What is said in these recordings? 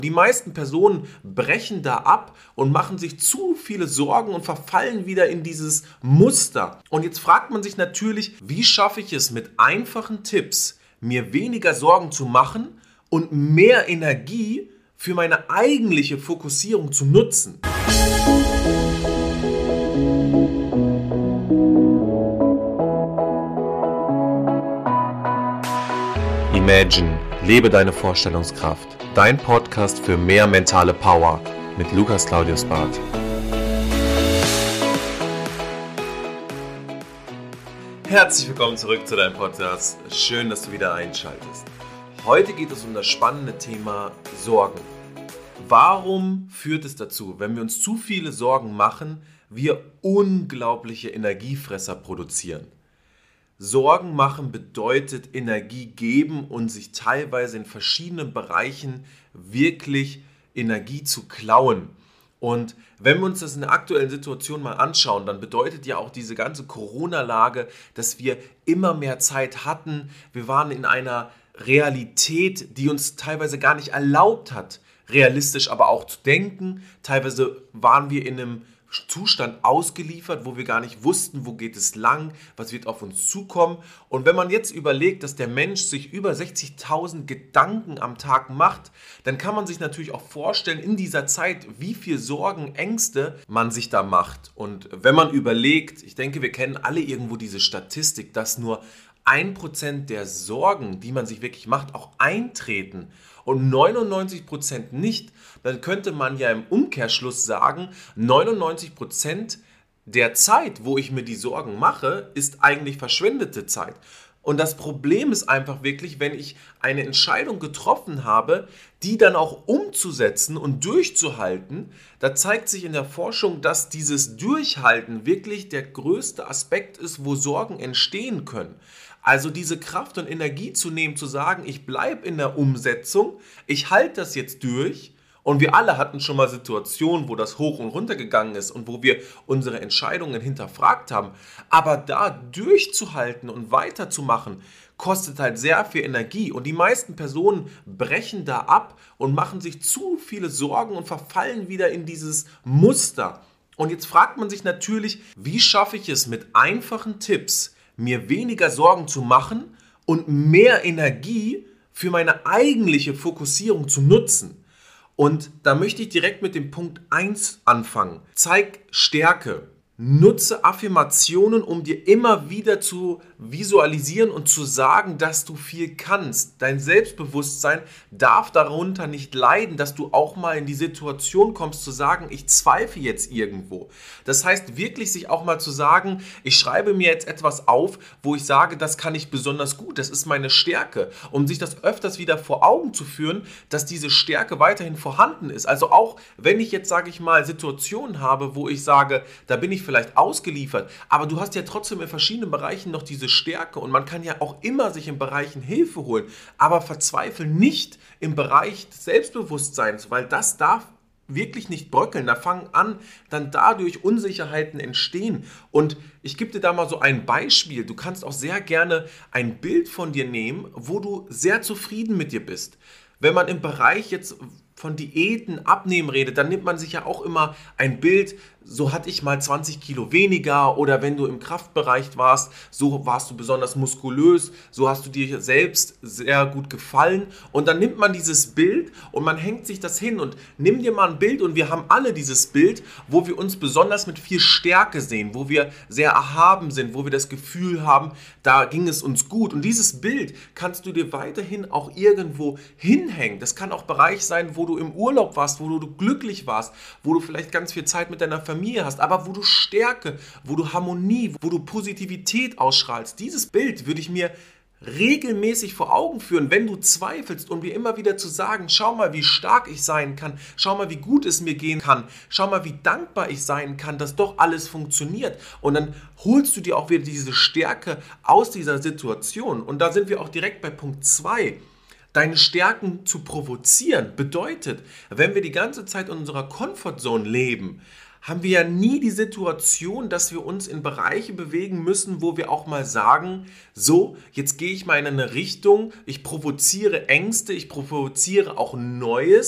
Die meisten Personen brechen da ab und machen sich zu viele Sorgen und verfallen wieder in dieses Muster. Und jetzt fragt man sich natürlich, wie schaffe ich es mit einfachen Tipps, mir weniger Sorgen zu machen und mehr Energie für meine eigentliche Fokussierung zu nutzen. Imagine, lebe deine Vorstellungskraft. Dein Podcast für mehr mentale Power mit Lukas Claudius Barth. Herzlich willkommen zurück zu deinem Podcast. Schön, dass du wieder einschaltest. Heute geht es um das spannende Thema Sorgen. Warum führt es dazu, wenn wir uns zu viele Sorgen machen, wir unglaubliche Energiefresser produzieren? Sorgen machen bedeutet Energie geben und sich teilweise in verschiedenen Bereichen wirklich Energie zu klauen. Und wenn wir uns das in der aktuellen Situation mal anschauen, dann bedeutet ja auch diese ganze Corona-Lage, dass wir immer mehr Zeit hatten. Wir waren in einer Realität, die uns teilweise gar nicht erlaubt hat, realistisch aber auch zu denken. Teilweise waren wir in einem Zustand ausgeliefert, wo wir gar nicht wussten, wo geht es lang, was wird auf uns zukommen. Und wenn man jetzt überlegt, dass der Mensch sich über 60.000 Gedanken am Tag macht, dann kann man sich natürlich auch vorstellen, in dieser Zeit, wie viel Sorgen, Ängste man sich da macht. Und wenn man überlegt, ich denke, wir kennen alle irgendwo diese Statistik, dass nur 1% der Sorgen, die man sich wirklich macht, auch eintreten und 99% nicht, dann könnte man ja im Umkehrschluss sagen, 99% der Zeit, wo ich mir die Sorgen mache, ist eigentlich verschwendete Zeit. Und das Problem ist einfach wirklich, wenn ich eine Entscheidung getroffen habe, die dann auch umzusetzen und durchzuhalten, da zeigt sich in der Forschung, dass dieses Durchhalten wirklich der größte Aspekt ist, wo Sorgen entstehen können. Also diese Kraft und Energie zu nehmen, zu sagen, ich bleibe in der Umsetzung, ich halte das jetzt durch. Und wir alle hatten schon mal Situationen, wo das hoch und runter gegangen ist und wo wir unsere Entscheidungen hinterfragt haben. Aber da durchzuhalten und weiterzumachen, kostet halt sehr viel Energie. Und die meisten Personen brechen da ab und machen sich zu viele Sorgen und verfallen wieder in dieses Muster. Und jetzt fragt man sich natürlich, wie schaffe ich es mit einfachen Tipps, mir weniger Sorgen zu machen und mehr Energie für meine eigentliche Fokussierung zu nutzen. Und da möchte ich direkt mit dem Punkt 1 anfangen. Zeig Stärke. Nutze Affirmationen, um dir immer wieder zu visualisieren und zu sagen, dass du viel kannst. Dein Selbstbewusstsein darf darunter nicht leiden, dass du auch mal in die Situation kommst zu sagen, ich zweifle jetzt irgendwo. Das heißt wirklich sich auch mal zu sagen, ich schreibe mir jetzt etwas auf, wo ich sage, das kann ich besonders gut, das ist meine Stärke. Um sich das öfters wieder vor Augen zu führen, dass diese Stärke weiterhin vorhanden ist. Also auch wenn ich jetzt, sage ich mal, Situationen habe, wo ich sage, da bin ich vielleicht ausgeliefert, aber du hast ja trotzdem in verschiedenen Bereichen noch diese Stärke und man kann ja auch immer sich in Bereichen Hilfe holen, aber verzweifle nicht im Bereich des Selbstbewusstseins, weil das darf wirklich nicht bröckeln. Da fangen an, dann dadurch Unsicherheiten entstehen. Und ich gebe dir da mal so ein Beispiel. Du kannst auch sehr gerne ein Bild von dir nehmen, wo du sehr zufrieden mit dir bist. Wenn man im Bereich jetzt von Diäten, Abnehmen redet, dann nimmt man sich ja auch immer ein Bild, so hatte ich mal 20 Kilo weniger, oder wenn du im Kraftbereich warst, so warst du besonders muskulös, so hast du dir selbst sehr gut gefallen, und dann nimmt man dieses Bild und man hängt sich das hin. Und nimm dir mal ein Bild, und wir haben alle dieses Bild, wo wir uns besonders mit viel Stärke sehen, wo wir sehr erhaben sind, wo wir das Gefühl haben, da ging es uns gut, und dieses Bild kannst du dir weiterhin auch irgendwo hinhängen. Das kann auch Bereich sein, wo du im Urlaub warst, wo du glücklich warst, wo du vielleicht ganz viel Zeit mit deiner Familie hast, aber wo du Stärke, wo du Harmonie, wo du Positivität ausstrahlst. Dieses Bild würde ich mir regelmäßig vor Augen führen, wenn du zweifelst, und mir immer wieder zu sagen, schau mal, wie stark ich sein kann, schau mal, wie gut es mir gehen kann, schau mal, wie dankbar ich sein kann, dass doch alles funktioniert. Und dann holst du dir auch wieder diese Stärke aus dieser Situation. Und da sind wir auch direkt bei Punkt 2. Deine Stärken zu provozieren bedeutet, wenn wir die ganze Zeit in unserer Comfortzone leben, haben wir ja nie die Situation, dass wir uns in Bereiche bewegen müssen, wo wir auch mal sagen, so, jetzt gehe ich mal in eine Richtung, ich provoziere Ängste, ich provoziere auch Neues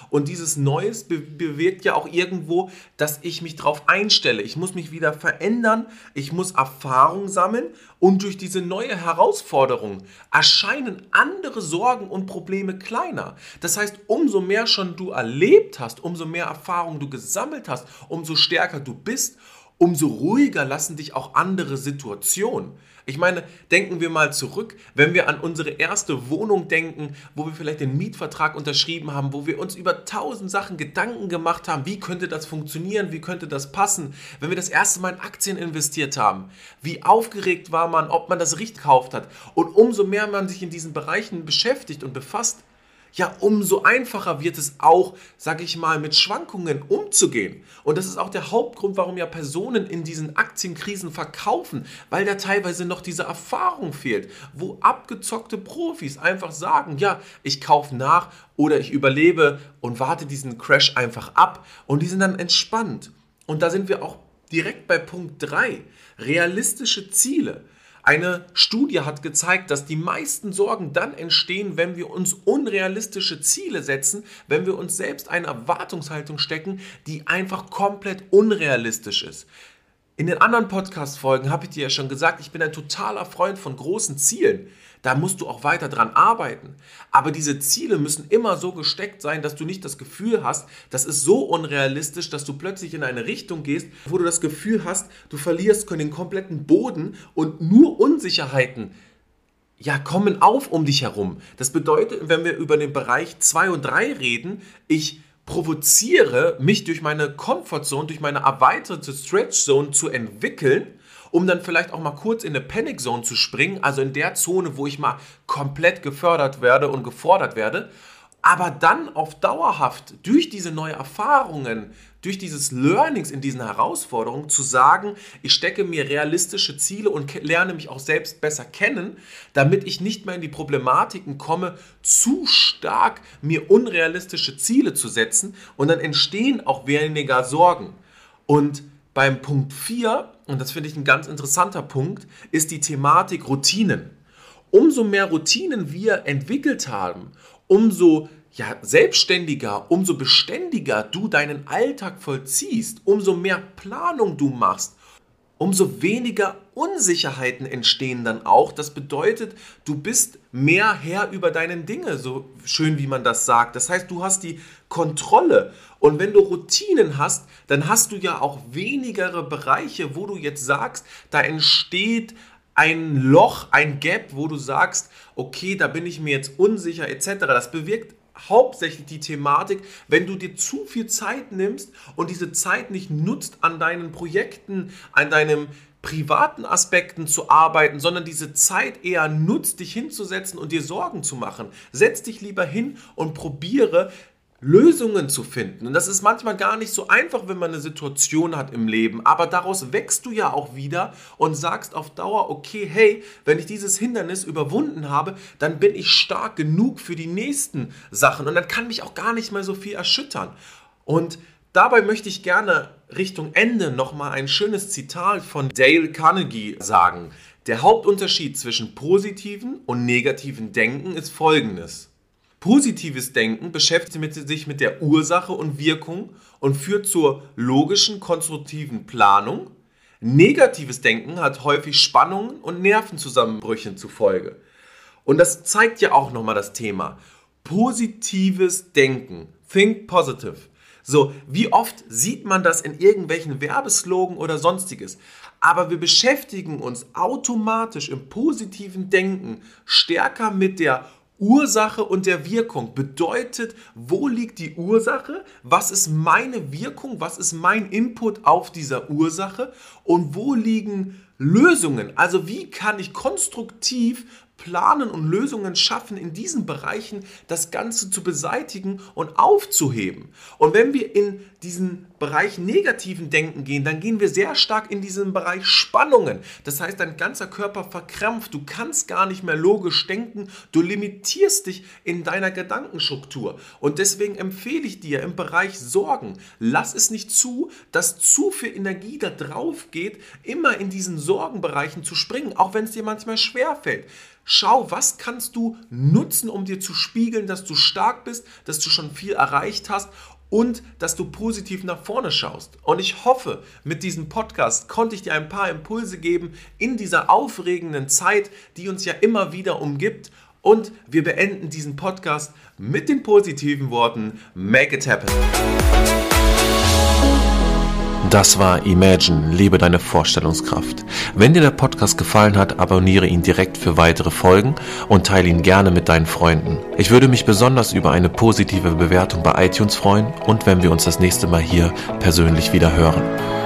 Und dieses Neues bewirkt ja auch irgendwo, dass ich mich darauf einstelle. Ich muss mich wieder verändern, ich muss Erfahrung sammeln und durch diese neue Herausforderung erscheinen andere Sorgen und Probleme kleiner. Das heißt, umso mehr schon du erlebt hast, umso mehr Erfahrung du gesammelt hast, umso stärker du bist, umso ruhiger lassen dich auch andere Situationen. Ich meine, denken wir mal zurück, wenn wir an unsere erste Wohnung denken, wo wir vielleicht den Mietvertrag unterschrieben haben, wo wir uns über 1000 Sachen Gedanken gemacht haben, wie könnte das funktionieren, wie könnte das passen, wenn wir das erste Mal in Aktien investiert haben, wie aufgeregt war man, ob man das richtig gekauft hat. Und umso mehr man sich in diesen Bereichen beschäftigt und befasst, ja, umso einfacher wird es auch, sage ich mal, mit Schwankungen umzugehen. Und das ist auch der Hauptgrund, warum ja Personen in diesen Aktienkrisen verkaufen, weil da teilweise noch diese Erfahrung fehlt, wo abgezockte Profis einfach sagen, ja, ich kaufe nach oder ich überlebe und warte diesen Crash einfach ab und die sind dann entspannt. Und da sind wir auch direkt bei Punkt 3, realistische Ziele. Eine Studie hat gezeigt, dass die meisten Sorgen dann entstehen, wenn wir uns unrealistische Ziele setzen, wenn wir uns selbst eine Erwartungshaltung stecken, die einfach komplett unrealistisch ist. In den anderen Podcast-Folgen habe ich dir ja schon gesagt, ich bin ein totaler Freund von großen Zielen. Da musst du auch weiter dran arbeiten. Aber diese Ziele müssen immer so gesteckt sein, dass du nicht das Gefühl hast, das ist so unrealistisch, dass du plötzlich in eine Richtung gehst, wo du das Gefühl hast, du verlierst den kompletten Boden und nur Unsicherheiten kommen auf um dich herum. Das bedeutet, wenn wir über den Bereich 2 und 3 reden, ich provoziere mich durch meine Comfortzone, durch meine erweiterte Stretch-Zone zu entwickeln, um dann vielleicht auch mal kurz in eine Panic Zone zu springen, also in der Zone, wo ich mal komplett gefördert werde und gefordert werde, aber dann auf dauerhaft durch diese neuen Erfahrungen, durch dieses Learnings in diesen Herausforderungen zu sagen, ich stecke mir realistische Ziele und lerne mich auch selbst besser kennen, damit ich nicht mehr in die Problematiken komme, zu stark mir unrealistische Ziele zu setzen und dann entstehen auch weniger Sorgen. Und beim Punkt 4, und das finde ich ein ganz interessanter Punkt, ist die Thematik Routinen. Umso mehr Routinen wir entwickelt haben, umso selbstständiger, umso beständiger du deinen Alltag vollziehst, umso mehr Planung du machst, umso weniger Unsicherheiten entstehen dann auch. Das bedeutet, du bist mehr Herr über deine Dinge, so schön wie man das sagt. Das heißt, du hast die Kontrolle. Und wenn du Routinen hast, dann hast du ja auch weniger Bereiche, wo du jetzt sagst, da entsteht ein Loch, ein Gap, wo du sagst, okay, da bin ich mir jetzt unsicher etc. Das bewirkt hauptsächlich die Thematik, wenn du dir zu viel Zeit nimmst und diese Zeit nicht nutzt, an deinen Projekten, an deinen privaten Aspekten zu arbeiten, sondern diese Zeit eher nutzt, dich hinzusetzen und dir Sorgen zu machen. Setz dich lieber hin und probiere Lösungen zu finden. Und das ist manchmal gar nicht so einfach, wenn man eine Situation hat im Leben, aber daraus wächst du ja auch wieder und sagst auf Dauer, okay, hey, wenn ich dieses Hindernis überwunden habe, dann bin ich stark genug für die nächsten Sachen und dann kann mich auch gar nicht mehr so viel erschüttern. Und dabei möchte ich gerne Richtung Ende nochmal ein schönes Zitat von Dale Carnegie sagen. Der Hauptunterschied zwischen positiven und negativen Denken ist folgendes. Positives Denken beschäftigt sich mit der Ursache und Wirkung und führt zur logischen, konstruktiven Planung. Negatives Denken hat häufig Spannungen und Nervenzusammenbrüchen zur Folge. Und das zeigt ja auch nochmal das Thema. Positives Denken. Think positive. So, wie oft sieht man das in irgendwelchen Werbeslogan oder sonstiges? Aber wir beschäftigen uns automatisch im positiven Denken stärker mit der Ursache und der Wirkung. Bedeutet, wo liegt die Ursache? Was ist meine Wirkung? Was ist mein Input auf dieser Ursache? Und wo liegen Lösungen? Also wie kann ich konstruktiv planen und Lösungen schaffen, in diesen Bereichen das Ganze zu beseitigen und aufzuheben. Und wenn wir in diesen Bereich negativen Denken gehen, dann gehen wir sehr stark in diesen Bereich Spannungen. Das heißt, dein ganzer Körper verkrampft, du kannst gar nicht mehr logisch denken, du limitierst dich in deiner Gedankenstruktur. Und deswegen empfehle ich dir im Bereich Sorgen, lass es nicht zu, dass zu viel Energie da drauf geht, immer in diesen Sorgenbereichen zu springen, auch wenn es dir manchmal schwerfällt. Schau, was kannst du nutzen, um dir zu spiegeln, dass du stark bist, dass du schon viel erreicht hast und dass du positiv nach vorne schaust. Und ich hoffe, mit diesem Podcast konnte ich dir ein paar Impulse geben in dieser aufregenden Zeit, die uns ja immer wieder umgibt. Und wir beenden diesen Podcast mit den positiven Worten: Make it happen. Das war Imagine, lebe deine Vorstellungskraft. Wenn dir der Podcast gefallen hat, abonniere ihn direkt für weitere Folgen und teile ihn gerne mit deinen Freunden. Ich würde mich besonders über eine positive Bewertung bei iTunes freuen und wenn wir uns das nächste Mal hier persönlich wieder hören.